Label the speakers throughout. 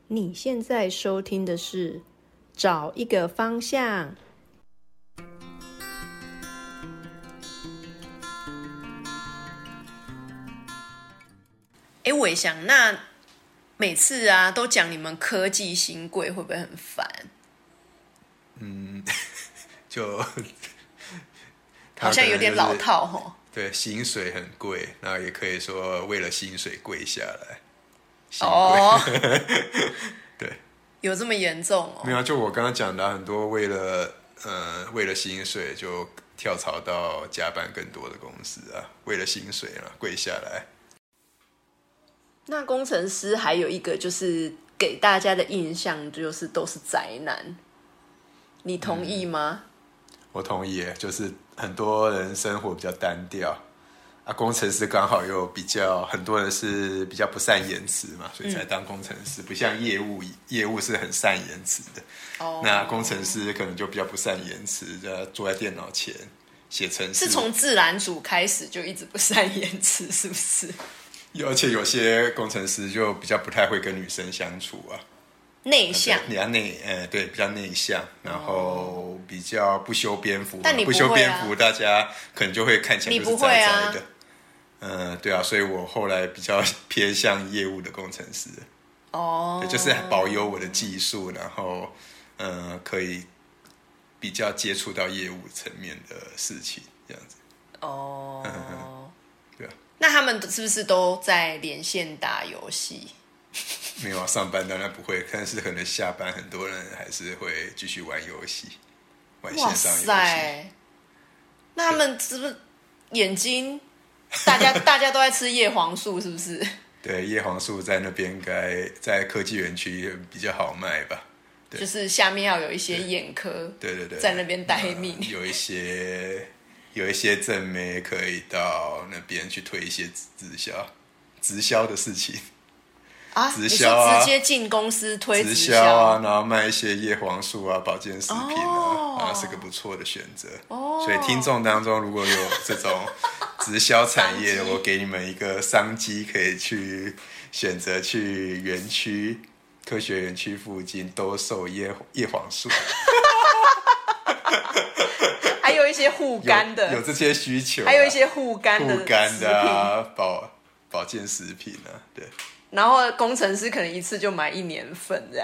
Speaker 1: 你现在收听的是找一个方向。伟翔，那每次啊都讲你们科技新贵，会不会很烦？
Speaker 2: 就
Speaker 1: 好像有点老套吼。
Speaker 2: 对，薪水很贵，然后也可以说为了薪水跪下来。
Speaker 1: 哦，
Speaker 2: 对，
Speaker 1: 有这么严重哦？
Speaker 2: 没有，就我刚刚讲的，很多为了薪水就跳槽到加班更多的公司啊，为了薪水啊跪下来。
Speaker 1: 那工程师还有一个就是给大家的印象就是都是宅男，你同意吗？
Speaker 2: 我同意耶，就是很多人生活比较单调啊，工程师刚好又很多人是比较不善言辞嘛，所以才当工程师，不像业务是很善言辞的。那工程师可能就比较不善言辞，坐在电脑前写程式。
Speaker 1: 是从自然组开始就一直不善言辞，是不是？
Speaker 2: 而且有些工程师就比较不太会跟女生相处啊，
Speaker 1: 内向，
Speaker 2: 比较对，比较内向，然后比较不修边幅。
Speaker 1: 但你不会啊，
Speaker 2: 不修边幅，大家可能就会看起来就是宅宅的。对啊，所以我后来比较偏向业务的工程师。对，就是保有我的技术，然后可以比较接触到业务层面的事情，这样子。对啊。
Speaker 1: 那他们是不是都在连线打游戏？
Speaker 2: 没有啊，上班当然不会，但是可能下班很多人还是会继续玩游戏，玩线上游戏。哇塞，
Speaker 1: 那他们是不是眼睛？大家都在吃叶黄素，是不是？
Speaker 2: 对，叶黄素在那边在科技园区比较好卖吧？对，
Speaker 1: 就是下面要有一些眼科，
Speaker 2: 对，
Speaker 1: 在那边待命。
Speaker 2: 有一些正妹可以到那边去推一些直销的事情
Speaker 1: 啊，
Speaker 2: 直销啊，
Speaker 1: 你说直接进公司推
Speaker 2: 直销啊，然后卖一些叶黄素啊、保健食品是个不错的选择。所以听众当中如果有这种直销产业，我给你们一个商机，可以去选择去科学园区附近兜售叶黄素。
Speaker 1: 还有一些护肝的，
Speaker 2: 有这些需求，
Speaker 1: 还有一些护肝
Speaker 2: 的保健食品啊，对。
Speaker 1: 然后工程师可能一次就买1年份这样。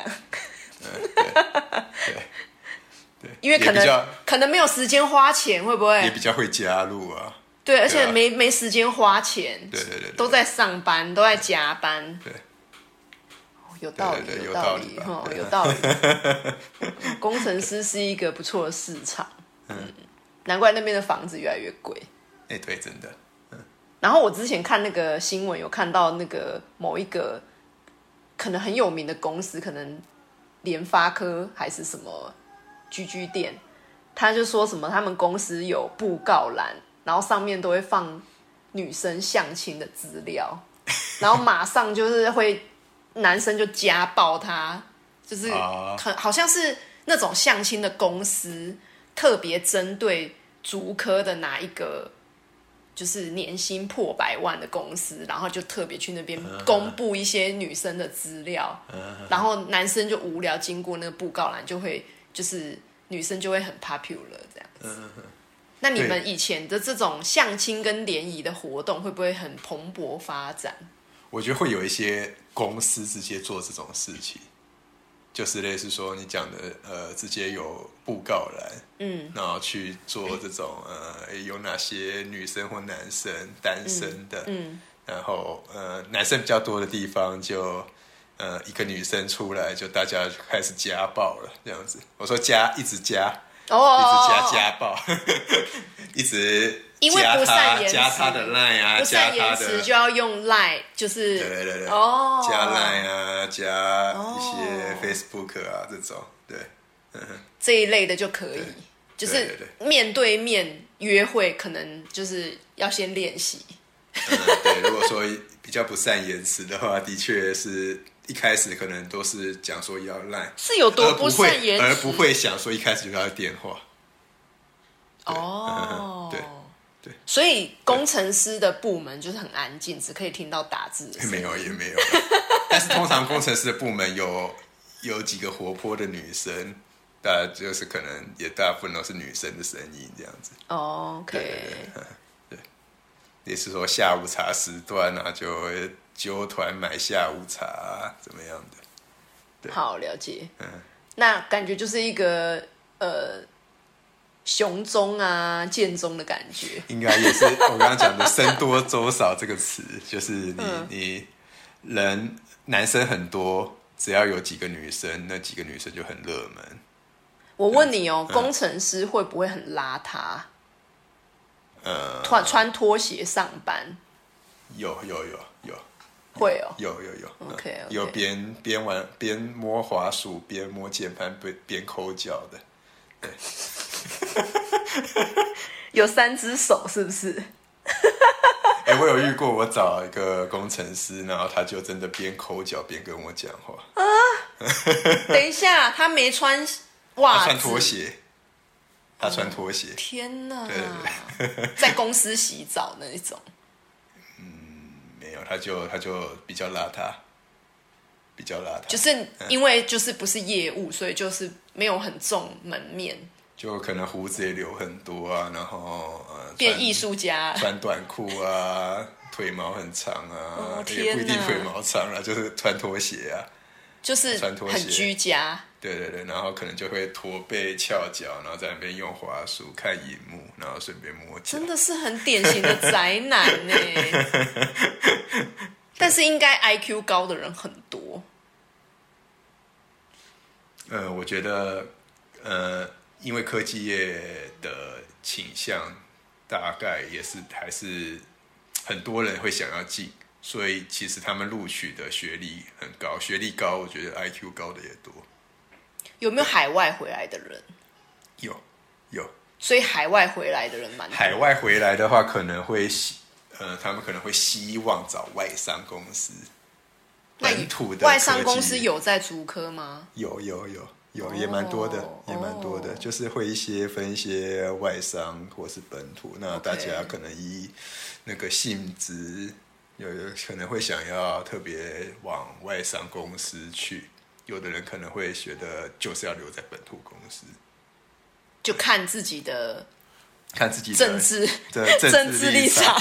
Speaker 1: 对，因为可能没有时间花钱，会不会？
Speaker 2: 也比较会加入啊。
Speaker 1: 对，而且没时间花钱，
Speaker 2: 对，
Speaker 1: 都在上班，都在加班。
Speaker 2: 对，
Speaker 1: 有道理，有道理，有道理。工程师是一个不错的市场。难怪那边的房子越来越贵。
Speaker 2: 对，真的。
Speaker 1: 然后我之前看那个新闻，有看到那个某一个可能很有名的公司，可能联发科还是什么居店，他就说什么他们公司有布告栏，然后上面都会放女生相亲的资料，然后马上就是会男生就家暴他，就是好像是那种相亲的公司特别针对竹科的哪一个就是年薪破100万的公司，然后就特别去那边公布一些女生的资料，然后男生就无聊经过那个布告栏，就会就是女生就会很 popular 这样子。那你们以前的这种相亲跟联谊的活动会不会很蓬勃发展？
Speaker 2: 我觉得会有一些公司直接做这种事情，就是类似说你讲的直接有布告栏，然后去做这种有哪些女生或男生单身的，然后男生比较多的地方就一个女生出来，就大家开始家暴了这样子。我说一直家暴，一直
Speaker 1: 因为不善言辞，
Speaker 2: 加他的 line 啊，
Speaker 1: 不善言辞就要用 line， 就是
Speaker 2: 对，加 line 啊，加一些 Facebook 啊这种，对，
Speaker 1: 这一类的就可以，就是面对面约会，可能就是要先练习。
Speaker 2: 对，如果说比较不善言辞的话，的确是一开始可能都是讲说要 line，
Speaker 1: 是有多不善言辞，
Speaker 2: 而不会想说一开始就要电话。
Speaker 1: 对。 所以工程师的部门就是很安静，只可以听到打字的声音。
Speaker 2: 没有也没有，但是通常工程师的部门有几个活泼的女生，就是可能也大部分都是女生的声音这样子。
Speaker 1: OK，
Speaker 2: 对，也是说下午茶时段啊，就会揪团买下午茶啊，怎么样的？
Speaker 1: 好了解。那感觉就是一个雄中啊剑中的感觉。
Speaker 2: 应该也是我刚刚讲的僧多粥少这个词，就是你男生很多，只要有几个女生，那几个女生就很热门。
Speaker 1: 我问你哦，工程师会不会很邋遢？穿拖鞋上班？
Speaker 2: 有，
Speaker 1: 会哦。
Speaker 2: 有
Speaker 1: OK，
Speaker 2: 有边摸滑鼠边摸键盘边抠脚的，对。
Speaker 1: 有3只手是不是？
Speaker 2: 我有遇过，我找一个工程师，然后他就真的边抠脚边跟我讲话。
Speaker 1: 等一下，他没穿袜子，
Speaker 2: 他穿拖鞋，他穿拖鞋。
Speaker 1: 天哪！
Speaker 2: 对，
Speaker 1: 在公司洗澡那一种。
Speaker 2: 没有，他就比较邋遢，
Speaker 1: 就是因为就是不是业务，所以就是没有很重门面，
Speaker 2: 就可能胡子也留很多啊，然后
Speaker 1: 变艺术家，
Speaker 2: 穿短裤啊，腿毛很长啊，也不一定腿毛长啦，就是穿拖鞋啊，
Speaker 1: 就是很居家。
Speaker 2: 对，然后可能就会驼背翘脚，然后在那边用滑鼠看荧幕，然后顺便摸脚。
Speaker 1: 真的是很典型的宅男呢。但是应该 IQ 高的人很多。
Speaker 2: 我觉得因为科技业的倾向大概也是还是很多人会想要进，所以其实他们录取的学历很高，学历高，我觉得 IQ 高的也多。
Speaker 1: 有没有海外回来的人？
Speaker 2: 有，
Speaker 1: 所以海外回来的人蛮多。
Speaker 2: 海外回来的话，可能会他们可能会希望找外商公司。本土的
Speaker 1: 外商公司有在竹科吗？
Speaker 2: 有，也蛮多的，就是会分一些外商或是本土，那大家可能以那个性质，有可能会想要特别往外商公司去，有的人可能会觉得就是要留在本土公司，
Speaker 1: 就看自己的
Speaker 2: 政治立场。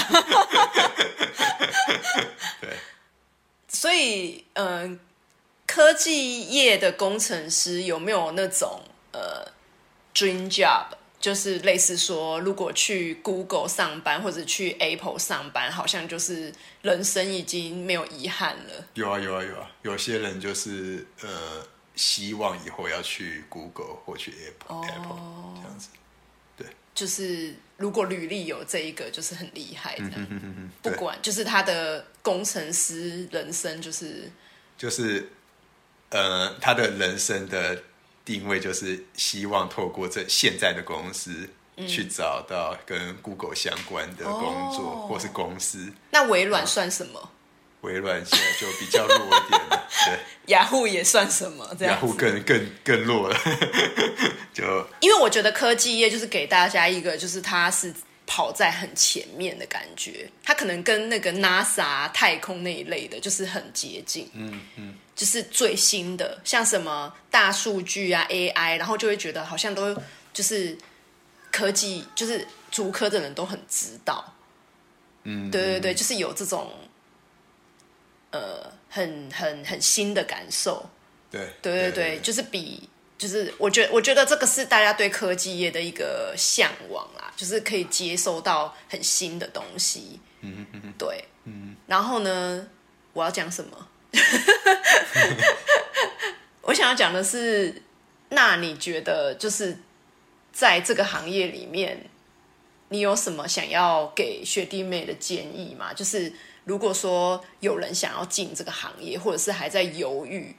Speaker 2: 对。
Speaker 1: 所以，科技业的工程师有没有那种dream job，就是类似说，如果去 Google 上班或者去 Apple 上班，好像就是人生已经没有遗憾了。
Speaker 2: 有啊，有些人就是希望以后要去 Google 或去 Apple 这样子。对，
Speaker 1: 就是如果履历有这一个，就是很厉害的。不管就是他的工程师人生就是
Speaker 2: 他的人生的定位就是希望透过现在的公司去找到跟 Google 相关的工作或是公司。
Speaker 1: 那微软算什么？
Speaker 2: 微软现在就比较弱一点了。对，
Speaker 1: 雅虎也算什么？这样
Speaker 2: 雅虎更弱了。就
Speaker 1: 因为我觉得科技业就是给大家一个，就是它是跑在很前面的感觉，它可能跟那个 NASA 太空那一类的，就是很接近。就是最新的，像什么大数据啊 AI， 然后就会觉得好像都就是科技，就是竹科的人都很知道。对，就是有这种很新的感受。对，就是我觉得这个是大家对科技业的一个向往啦，就是可以接受到很新的东西。对。然后呢，我要讲什么？我想要讲的是，那你觉得就是在这个行业里面，你有什么想要给学弟妹的建议吗？就是如果说有人想要进这个行业，或者是还在犹豫，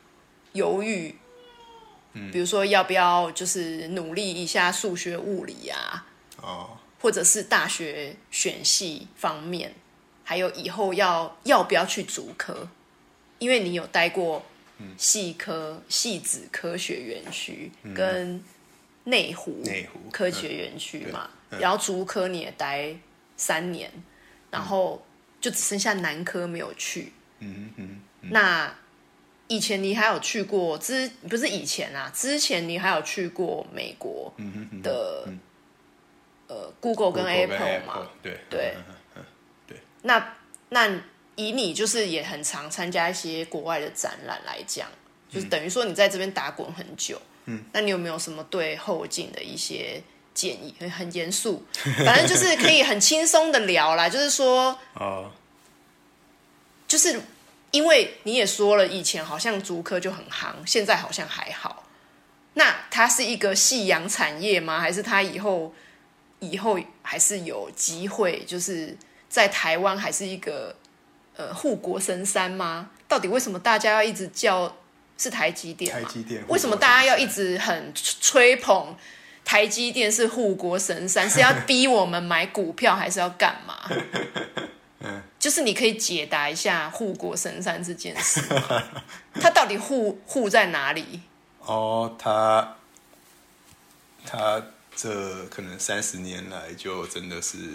Speaker 1: 比如说要不要就是努力一下数学物理啊，或者是大学选系方面，还有以后要不要去竹科？因为你有待过细子科学园区跟内湖科学园区嘛，然后竹科你也待 3年，然后就只剩下南科没有去。那以前你还有去过不是以前啊，之前你还有去过美国的Google 跟 Apple 嘛？对。那以你就是也很常参加一些国外的展览来讲，就是等于说你在这边打滚很久。那你有没有什么对后进的一些建议？很严肃，反正就是可以很轻松的聊啦。就是说，就是因为你也说了，以前好像竹科就很夯，现在好像还好。那它是一个夕阳产业吗？还是它以后还是有机会，就是在台湾还是一个护国神山吗？到底为什么大家要一直叫是台积电？台积电为什么大家要一直很吹捧台积电是护国神山？是要逼我们买股票，还是要干嘛？就是你可以解答一下护国神山这件事吗？它到底护在哪里？
Speaker 2: 他这可能30年来就真的是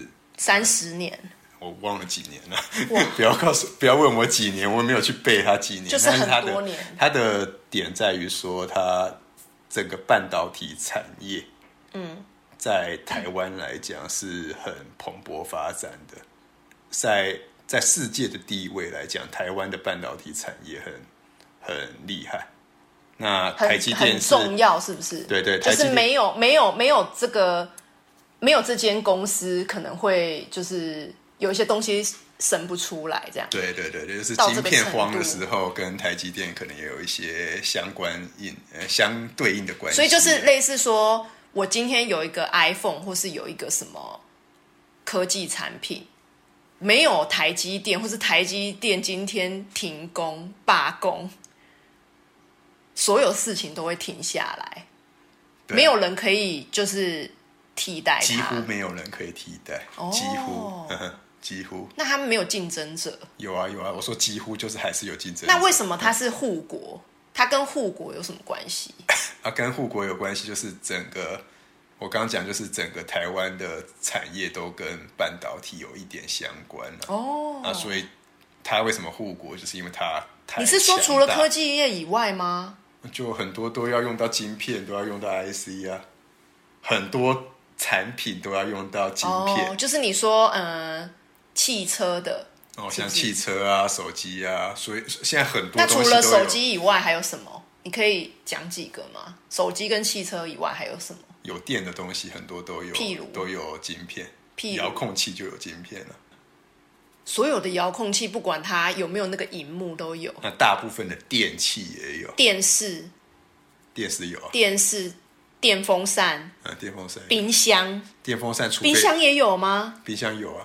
Speaker 1: 30年。
Speaker 2: 我忘了几年了，不要问我几年，我没有去背它几年，
Speaker 1: 就是很多年。
Speaker 2: 它的点在于说，它整个半导体产业，在台湾来讲是很蓬勃发展的，在世界的地位来讲，台湾的半导体产业很厉害。那台积电
Speaker 1: 很重要，是不是？
Speaker 2: 对，
Speaker 1: 就是没有这间公司，可能会就是有一些东西生不出来，这样。对，
Speaker 2: 就是晶片荒的时候，跟台积电可能也有一些相对应的关系。
Speaker 1: 所以就是类似说，我今天有一个 iPhone， 或是有一个什么科技产品，没有台积电，或是台积电今天停工罢工，所有事情都会停下来，没有人可以就是替代它，
Speaker 2: 几乎没有人可以替代，几乎。
Speaker 1: 那他们没有竞争者？
Speaker 2: 有啊，我说几乎就是还是有竞争者。
Speaker 1: 那为什么它是护国？它跟护国有什么关系？
Speaker 2: 跟护国有关系，就是我刚刚讲，就是整个台湾的产业都跟半导体有一点相关了。所以它为什么护国，就是因为它太强大。
Speaker 1: 你是说除了科技业以外吗？
Speaker 2: 就很多都要用到晶片，都要用到 IC 啊，很多产品都要用到晶片。
Speaker 1: 就是你说汽车的
Speaker 2: 像汽车啊、手机啊，所以现在很多东西都有。
Speaker 1: 那除了手机以外还有什么？你可以讲几个吗？手机跟汽车以外还有什么？
Speaker 2: 有电的东西很多都有，
Speaker 1: 譬如
Speaker 2: 都有晶片，遥控器就有晶片了。
Speaker 1: 所有的遥控器，不管它有没有那个萤幕，都有。
Speaker 2: 那大部分的电器也有，
Speaker 1: 电视有啊，电风扇，冰箱，
Speaker 2: 电风扇，
Speaker 1: 冰箱也有吗？
Speaker 2: 冰箱有啊，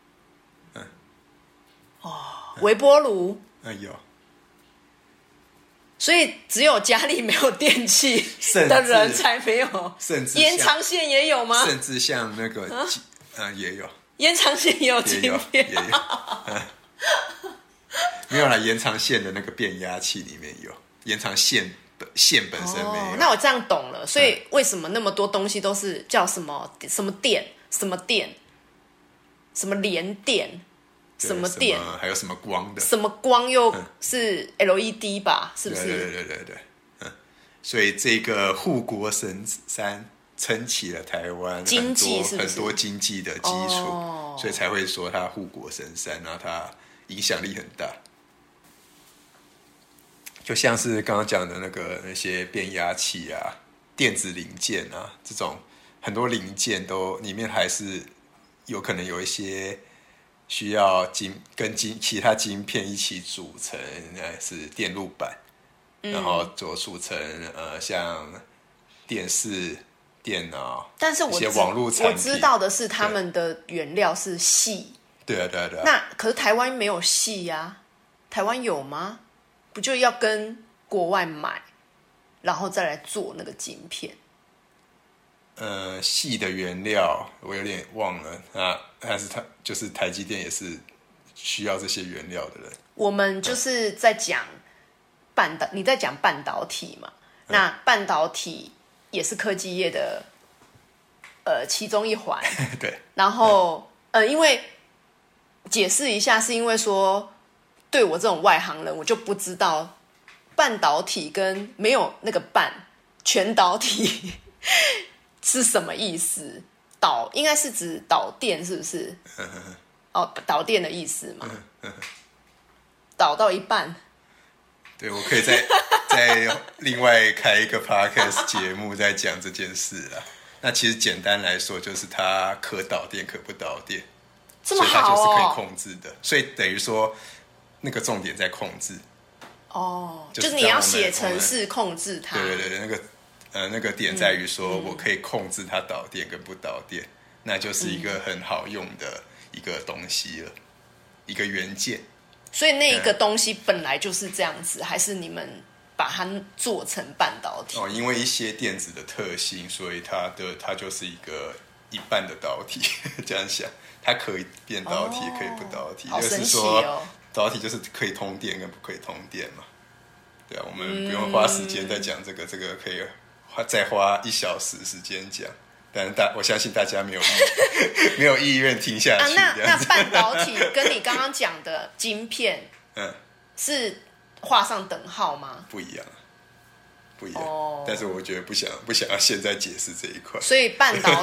Speaker 1: 微波炉，
Speaker 2: 有。
Speaker 1: 所以只有家里没有电器的人才没有，
Speaker 2: 甚至
Speaker 1: 延长线也有吗？
Speaker 2: 甚至像那个也有，
Speaker 1: 延长线也有晶片，
Speaker 2: 也有没有啦，延长线的那个变压器里面有，延长线本身没有。
Speaker 1: 那我这样懂了，所以为什么那么多东西都是叫什么电，什么联电，什么电，
Speaker 2: 还有什么光的，
Speaker 1: 什么光又是 LED 吧？是不是？
Speaker 2: 对，所以这个护国神山撑起了台湾
Speaker 1: 经济是不是
Speaker 2: 很多经济的基础，所以才会说它护国神山，然后它影响力很大。就像是刚刚讲的那些变压器啊、电子零件啊，这种很多零件都里面还是有可能有一些需要跟其他晶片一起组成，是电路板，然后组成像电视、电脑，
Speaker 1: 但是
Speaker 2: 一些网络产品。
Speaker 1: 我知道的是他们的原料是矽。
Speaker 2: 对啊。
Speaker 1: 那可是台湾没有矽呀，台湾有吗？不就要跟国外买，然后再来做那个晶片？
Speaker 2: 矽的原料我有点忘了但是它就是台积电也是需要这些原料的人。
Speaker 1: 我们就是在讲你在讲半导体嘛？那半导体也是科技业的其中一环。
Speaker 2: 对。
Speaker 1: 然后因为解释一下，是因为说对我这种外行人，我就不知道半导体跟没有那个半全导体是什么意思。导应该是指导电，是不是？哦，导电的意思嘛。导到一半。
Speaker 2: 对，我可以再另外开一个 podcast 节目再讲这件事啦。那其实简单来说，就是它可导电可不导电，
Speaker 1: 这么好哦，
Speaker 2: 所以它就是可以控制的。所以等于说，那个重点在控制。
Speaker 1: 哦，就是你要写程式控制它。
Speaker 2: 对，那个点在于说，我可以控制它导电跟不导电，那就是一个很好用的一个东西了，一个元件。
Speaker 1: 所以那个东西本来就是这样子，还是你们把它做成半导体？
Speaker 2: 因为一些电子的特性，所以它就是一半的导体。这样想，它可以变导体，也可以不导体。
Speaker 1: 好神奇
Speaker 2: 就是说，导体就是可以通电跟不可以通电嘛。对啊，我们不用花时间再讲这个可以再花1小时时间讲。但是我相信大家没有意愿听下去。
Speaker 1: 那半导体跟你刚刚讲的晶片，是画上等号吗？
Speaker 2: 不一样。但是我觉得不想要现在解释这一块。
Speaker 1: 所以半导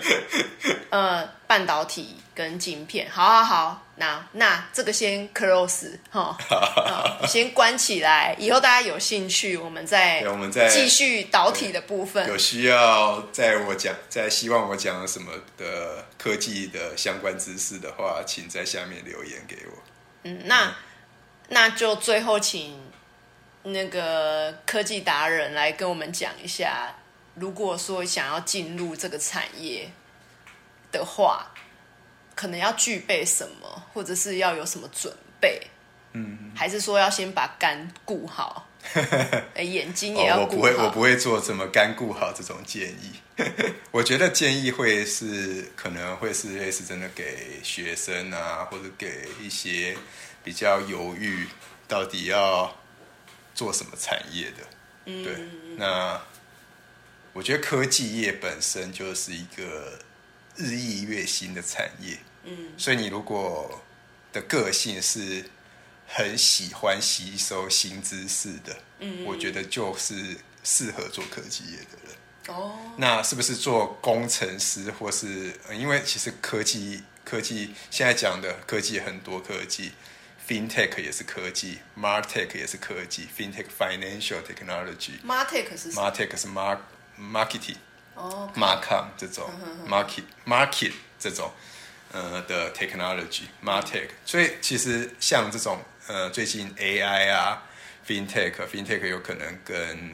Speaker 1: 体跟晶片，好，那这个先 close 先关起来。以后大家有兴趣，我们再继续导体的部分。
Speaker 2: 有需要在希望我讲什么的科技的相关知识的话，请在下面留言给我。
Speaker 1: 那就最后请那个科技达人来跟我们讲一下，如果说想要进入这个产业的话，可能要具备什么，或者是要有什么准备？还是说要先把肝顾好，眼睛也要顾好？
Speaker 2: 我不会做怎么肝顾好这种建议。我觉得建议可能会是类似真的给学生啊，或者给一些比较犹豫到底要做什么产业的。对，那我觉得科技业本身就是一个日益越新的产业。所以你如果的个性是很喜欢吸收新知识的，我觉得就是适合做科技业的人。那是不是做工程师，或是因为其实科技现在讲的科技很多科技。FinTech 也是科技 ，MarTech 也是科技 ，FinTech Financial Technology。MarTech
Speaker 1: 是什么？
Speaker 2: MarTech 是 Marketing，Marcom 这种 Market 这种的 Technology，MarTech。所以其实像这种最近 AI 啊 ，FinTech 有可能跟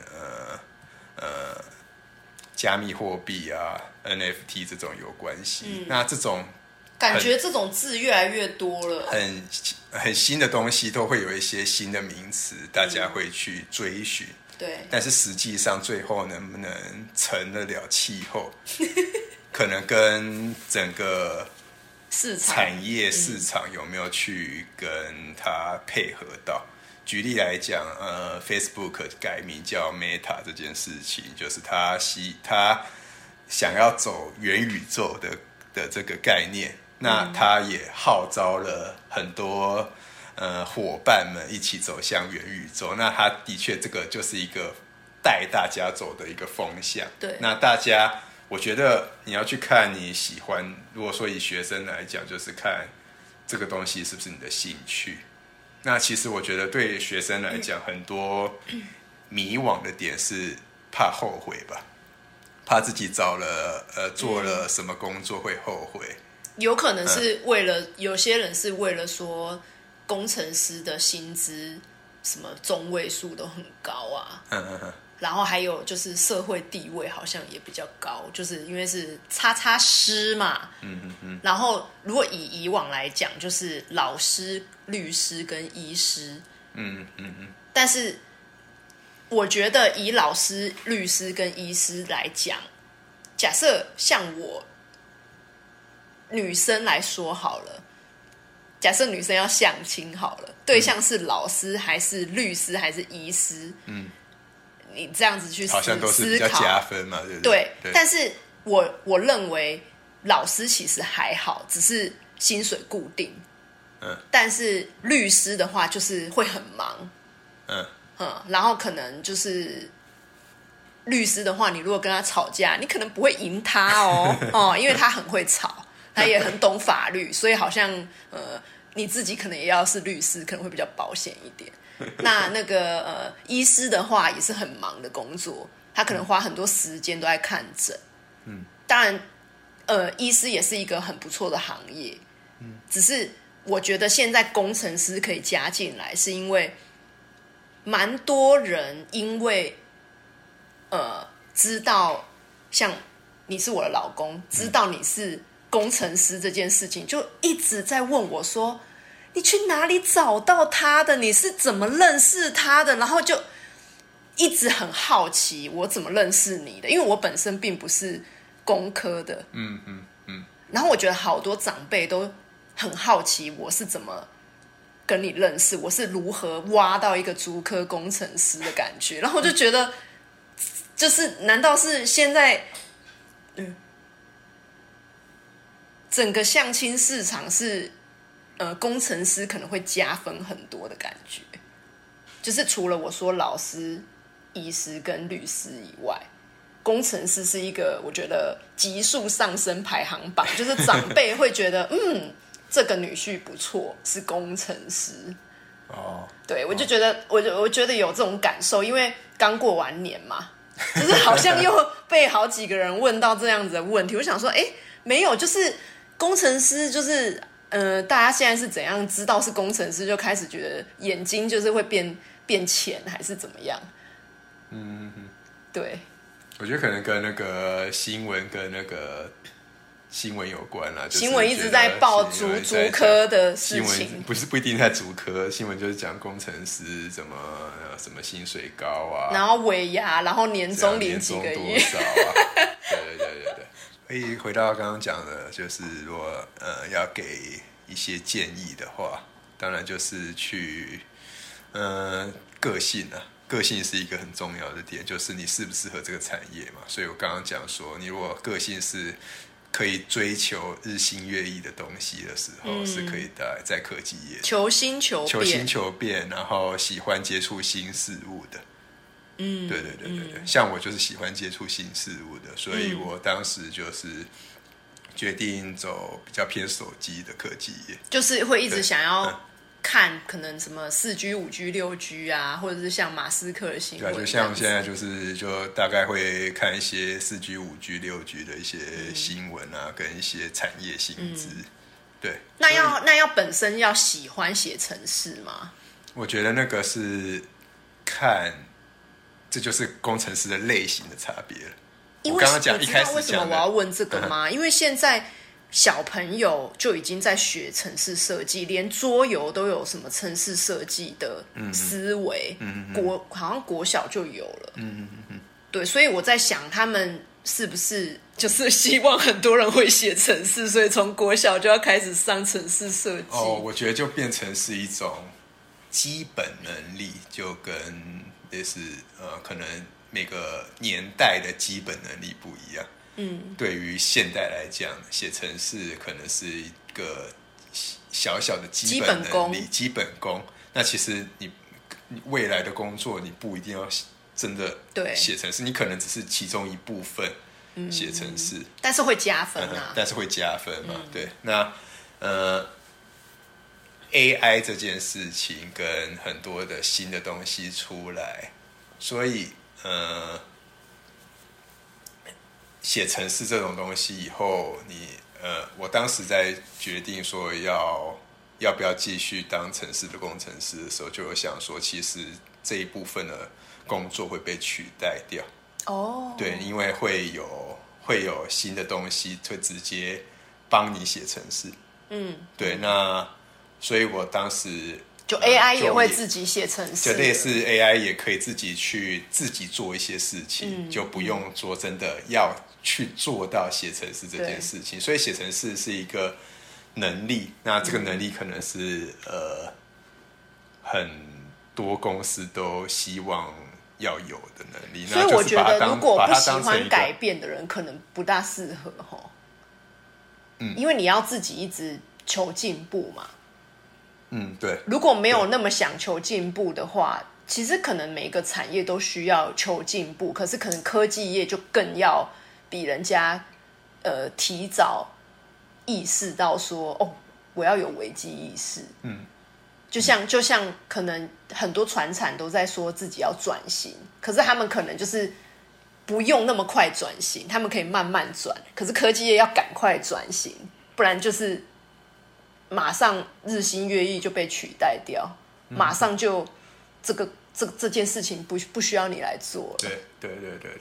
Speaker 2: 加密货币啊 NFT 这种有关系。那这种
Speaker 1: 感觉这种字越来越多了，
Speaker 2: 很新的东西都会有一些新的名词，大家会去追寻。
Speaker 1: 对，
Speaker 2: 但是实际上最后能不能成得了气候，可能跟整个产业市场有没有去跟它配合到。举例来讲，Facebook 改名叫 Meta 这件事情，就是他想要走元宇宙的这个概念。那他也号召了很多伙伴们一起走向元宇宙。那他的确这个就是一个带大家走的一个风向。
Speaker 1: 对，
Speaker 2: 那大家我觉得你要去看你喜欢，如果说以学生来讲，就是看这个东西是不是你的兴趣。那其实我觉得对学生来讲，很多迷惘的点是怕后悔吧，怕自己做了什么工作会后悔。
Speaker 1: 有可能是为了有些人是为了说工程师的薪资什么中位数都很高啊，然后还有就是社会地位好像也比较高，就是因为是叉叉师嘛，然后如果以往来讲，就是老师、律师跟医师，但是我觉得以老师、律师跟医师来讲，假设像我女生来说好了，假设女生要相亲好了，对象是老师还是律师还是医师？你这样子去思考，
Speaker 2: 好像都是比较加分嘛，对不
Speaker 1: 对？对，但是我认为老师其实还好，只是薪水固定。但是律师的话就是会很忙。然后可能就是律师的话，你如果跟他吵架，你可能不会赢他因为他很会吵，他也很懂法律，所以好像你自己可能也要是律师，可能会比较保险一点。那个医师的话也是很忙的工作，他可能花很多时间都在看诊。当然医师也是一个很不错的行业。只是我觉得现在工程师可以加进来，是因为蛮多人因为知道像你是我的老公，知道你是工程师这件事情，就一直在问我说你去哪里找到他的，你是怎么认识他的，然后就一直很好奇我怎么认识你的，因为我本身并不是工科的。然后我觉得好多长辈都很好奇我是怎么跟你认识，我是如何挖到一个竹科工程师的感觉。然后我就觉得就是难道是现在整个相亲市场是工程师可能会加分很多的感觉，就是除了我说老师、医师跟律师以外，工程师是一个我觉得急速上升排行榜，就是长辈会觉得这个女婿不错，是工程师。对，我就觉得我觉得有这种感受，因为刚过完年嘛，就是好像又被好几个人问到这样子的问题。我想说没有，就是工程师就是大家现在是怎样知道是工程师就开始觉得眼睛就是会变浅还是怎么样。对，
Speaker 2: 我觉得可能跟那个新闻跟那个新闻有关啦，
Speaker 1: 新闻一直在报竹科的事情，
Speaker 2: 新闻不一定在竹科，新闻就是讲工程师怎么什么薪水高啊，
Speaker 1: 然后尾牙，然后年终领几个月，
Speaker 2: 多少啊？对。所以回到刚刚讲的，就是如果要给一些建议的话，当然就是去个性啊。个性是一个很重要的点，就是你适不适合这个产业嘛。所以我刚刚讲说，你如果个性是可以追求日新月异的东西的时候，是可以在科技业
Speaker 1: 求新求变，
Speaker 2: 然后喜欢接触新事物的。对，像我就是喜欢接触新事物的，所以我当时就是决定走比较偏手机的科技业，
Speaker 1: 就是会一直想要看可能什么4G、5G、6G 啊，或者是像马斯克的新闻。
Speaker 2: 对，就像现在就大概会看一些4G、5G、6G 的一些新闻啊，跟一些产业新知。对，
Speaker 1: 那要本身要喜欢写程式吗？
Speaker 2: 我觉得那个是看，这就是工程师的类型的差别了。我刚刚讲一开始讲的，
Speaker 1: 为什么我要问这个吗？因为现在小朋友就已经在学程式设计，连桌游都有什么程式设计的思维，好像国小就有了。对，所以我在想，他们是不是就是希望很多人会写程式，所以从国小就要开始上程式设计？
Speaker 2: 我觉得就变成是一种基本能力，就跟类似可能每个年代的基本能力不一样。对于现代来讲，写程式可能是一个小小的基本能力、基本功。那其实你未来的工作，你不一定要真的写程式，你可能只是其中一部分写程式，
Speaker 1: 但是会加分啊。
Speaker 2: 但是会加分嘛？对。那AI 这件事情跟很多的新的东西出来，所以写程式这种东西以后，我当时在决定说要不要继续当程式的工程师的时候，就有想说，其实这一部分的工作会被取代掉。对，因为会有新的东西会直接帮你写程式。对，那所以我当时
Speaker 1: 就 AI 也会自己写程式，
Speaker 2: 就类似 AI 也可以自己做一些事情，就不用说真的要去做到写程式这件事情。所以写程式是一个能力，那这个能力可能是很多公司都希望要有的能力。
Speaker 1: 所以我觉得如果不喜欢改变的人，可能不大适合。 因为你要自己一直求进步嘛。
Speaker 2: 对。
Speaker 1: 如果没有那么想求进步的话，其实可能每一个产业都需要求进步，可是可能科技业就更要比人家提早意识到说，哦，我要有危机意识。就像可能很多传产都在说自己要转型，可是他们可能就是不用那么快转型，他们可以慢慢转。可是科技业要赶快转型，不然就是马上日新月异就被取代掉，马上就这件事情不需要你来做了。
Speaker 2: 对。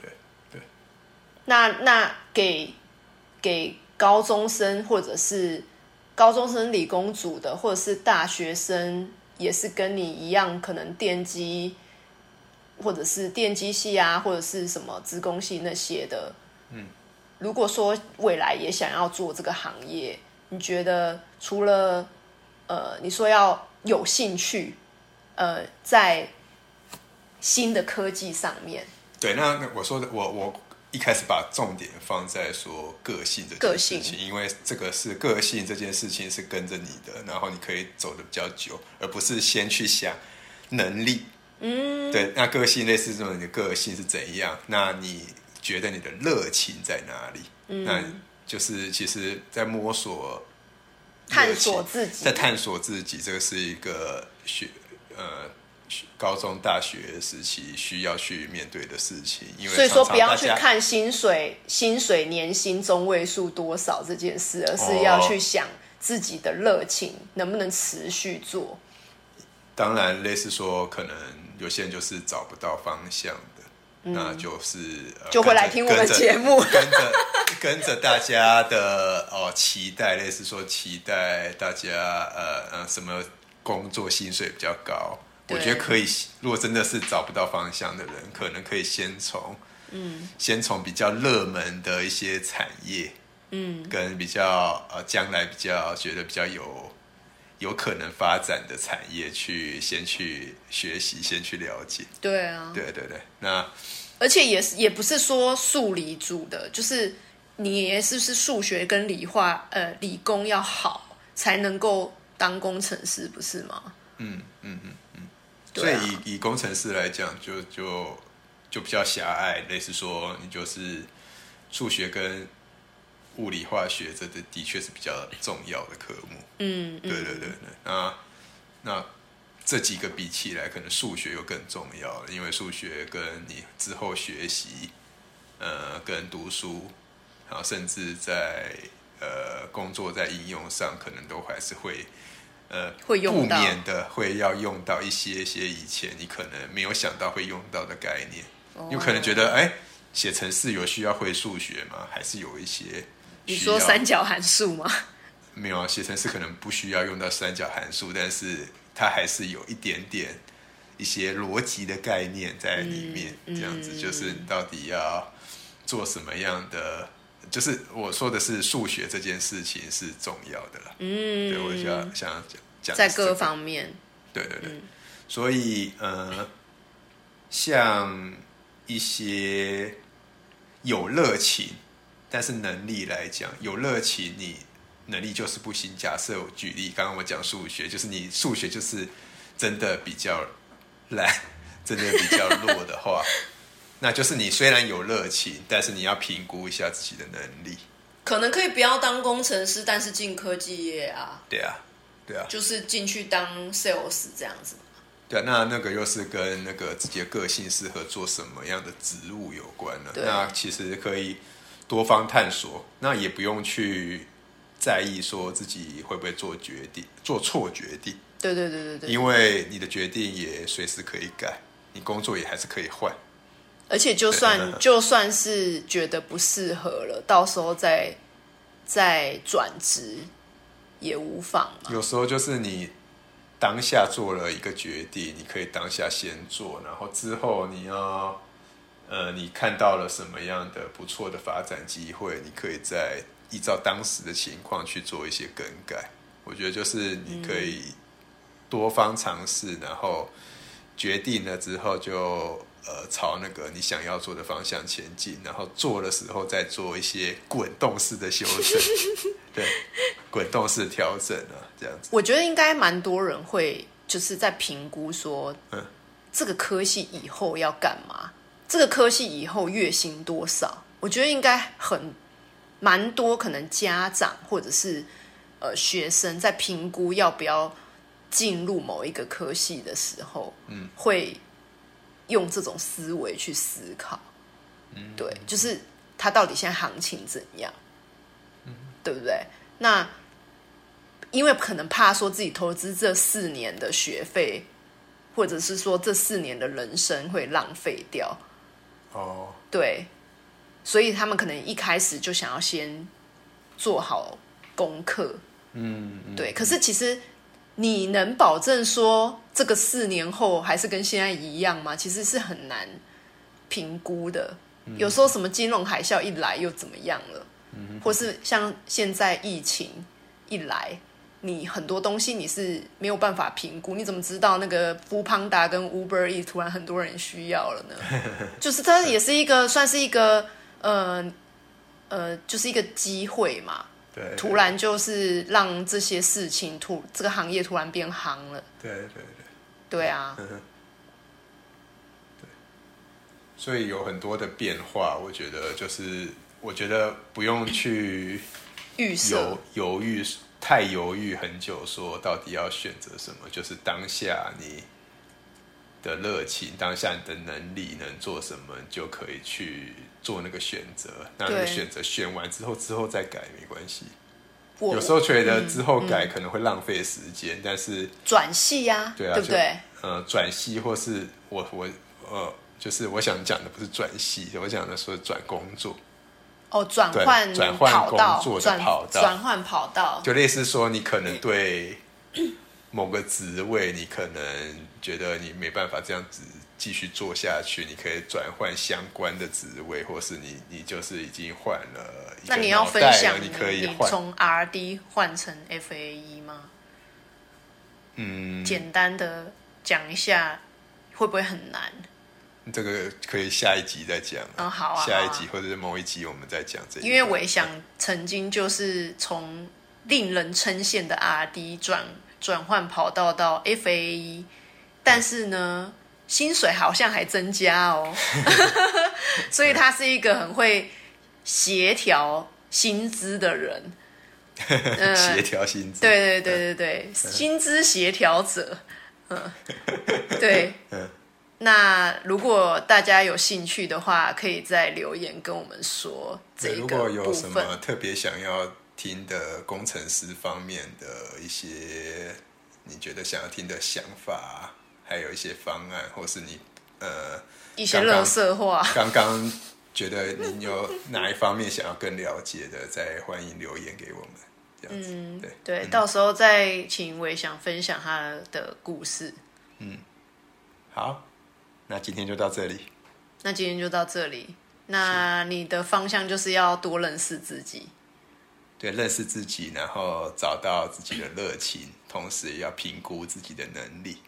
Speaker 1: 那给高中生或者是高中生理工组的，或者是大学生，也是跟你一样，可能电机或者是电机系啊，或者是什么资工系那些的。如果说未来也想要做这个行业，你觉得除了你说要有兴趣，在新的科技上面，
Speaker 2: 对，那我说的我一开始把重点放在说个性这件事情，因为这个是个性这件事情是跟着你的，然后你可以走得比较久，而不是先去想能力。对，那个性类似这种你的个性是怎样，那你觉得你的热情在哪里？那就是其实在摸索
Speaker 1: 探索自己，
Speaker 2: 在探索自己，这个是一个高中大学时期需要去面对的事情。因为
Speaker 1: 所以说不要去看薪水年薪中位数多少这件事，而是要去想自己的热情能不能持续做。
Speaker 2: 当然类似说可能有些人就是找不到方向的，那就是
Speaker 1: 就会来听我们节目，
Speaker 2: 跟着大家的期待，类似说期待大家什么工作薪水比较高。我觉得可以，如果真的是找不到方向的人，可能可以先从比较热门的一些产业，跟比较将来比较觉得比较有可能发展的产业先去学习，先去了解。
Speaker 1: 对啊，
Speaker 2: 对，那
Speaker 1: 而且也不是说数理组的，就是你也是数学跟理工要好才能够当工程师，不是吗？
Speaker 2: 所以以工程师来讲，就比较狭隘，类似说你就是数学跟物理化学，这的确是比较重要的科目。对。那这几个比起来，可能数学又更重要了，因为数学跟你之后学习，跟读书，然后甚至在工作在应用上，可能都还是会不免的会要用到一些以前你可能没有想到会用到的概念。有可能觉得写程式有需要会数学吗？还是有一些
Speaker 1: 你说三角函数吗？
Speaker 2: 没有，写程式可能不需要用到三角函数，但是它还是有一点点一些逻辑的概念在里面。这样子就是你到底要做什么样的，就是我说的是数学这件事情是重要的啦。对，我想讲
Speaker 1: 在各方面。
Speaker 2: 对。所以像一些有热情，但是能力来讲，有热情你能力就是不行。假设我举例，刚刚我讲数学，就是你数学就是真的比较烂，真的比较弱的话，那就是你虽然有热情，但是你要评估一下自己的能力。
Speaker 1: 可能可以不要当工程师，但是进科技业啊。
Speaker 2: 对啊，
Speaker 1: 就是进去当 sales 这样子。
Speaker 2: 对啊，那个又是跟那个自己的个性适合做什么样的职务有关了。那其实可以多方探索，那也不用去在意说自己会不会做错决定。对，因为你的决定也随时可以改，你工作也还是可以换。
Speaker 1: 而且就算是觉得不适合了，到时候再转职也无妨嘛。
Speaker 2: 有时候就是你当下做了一个决定，你可以当下先做，然后之后你看到了什么样的不错的发展机会，你可以再依照当时的情况去做一些更改。我觉得就是你可以多方尝试，然后决定了之后就朝那个你想要做的方向前进，然后做的时候再做一些滚动式的修正，对，滚动式调整啊，这样子。
Speaker 1: 我觉得应该蛮多人会就是在评估说，这个科系以后要干嘛？这个科系以后月薪多少？我觉得应该蛮多，可能家长或者是学生在评估要不要进入某一个科系的时候，会用这种思维去思考，对，就是他到底现在行情怎样，对不对？那因为可能怕说自己投资这4年的学费，或者是说这4年的人生会浪费掉，对，所以他们可能一开始就想要先做好功课，对。可是其实你能保证说这个4年后还是跟现在一样吗？其实是很难评估的。有时候什么金融海啸一来又怎么样了，或是像现在疫情一来，你很多东西你是没有办法评估，你怎么知道那个 Foodpanda 跟 Uber Eats 突然很多人需要了呢？就是它也是一个算是一个就是一个机会嘛。
Speaker 2: 对，
Speaker 1: 突然就是让这些事情这个行业突然变夯了。对啊。对，
Speaker 2: 所以有很多的变化，我觉得不用去
Speaker 1: 预设
Speaker 2: 太犹豫很久，说到底要选择什么，就是当下你的热情，当下你的能力能做什么，就可以去做那个选择。那个选择选完之后再改没关系。有时候觉得之后改可能会浪费时间，但是
Speaker 1: 转系啊，对不对？
Speaker 2: 转系或是就是我想讲的不是转系，我讲的说转工作。
Speaker 1: 转换
Speaker 2: 工作的跑道，
Speaker 1: 转换跑道，
Speaker 2: 就类似说你可能对某个职位，你可能觉得你没办法这样子继续做下去，你可以转换相关的职位，或是你就是已经换了一个脑袋了，
Speaker 1: 那你要分享
Speaker 2: 你可以
Speaker 1: 你从 RD 换成 FAE 吗？简单的讲一下，会不会很难？
Speaker 2: 这个可以下一集再讲。
Speaker 1: 好啊，
Speaker 2: 下一集或者是某一集我们再讲这一。
Speaker 1: 因为伟翔曾经就是从令人称羡的 RD 转换跑道到 FAE， 但是呢，薪水好像还增加哦，所以他是一个很会协调薪资的人。
Speaker 2: 协调薪资，
Speaker 1: 对，薪资协调者，对。那如果大家有兴趣的话，可以在留言跟我们说这个部分。
Speaker 2: 如果有什么特别想要听的工程师方面的一些你觉得想要听的想法，还有一些方案，或是你
Speaker 1: 一些垃圾话，
Speaker 2: 刚刚觉得您有哪一方面想要更了解的，再欢迎留言给我们。这样子，
Speaker 1: 对，到时候再请伟翔分享他的故事。
Speaker 2: 好。那今天就到这里。
Speaker 1: 那你的方向就是要多认识自己。
Speaker 2: 对，认识自己，然后找到自己的热情，同时也要评估自己的能力。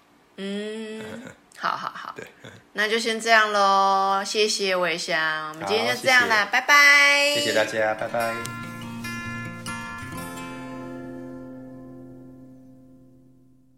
Speaker 1: 好。
Speaker 2: 对，
Speaker 1: 那就先这样咯，谢谢伟翔，我们今天就这样啦，拜拜。
Speaker 2: 谢谢大家，拜拜。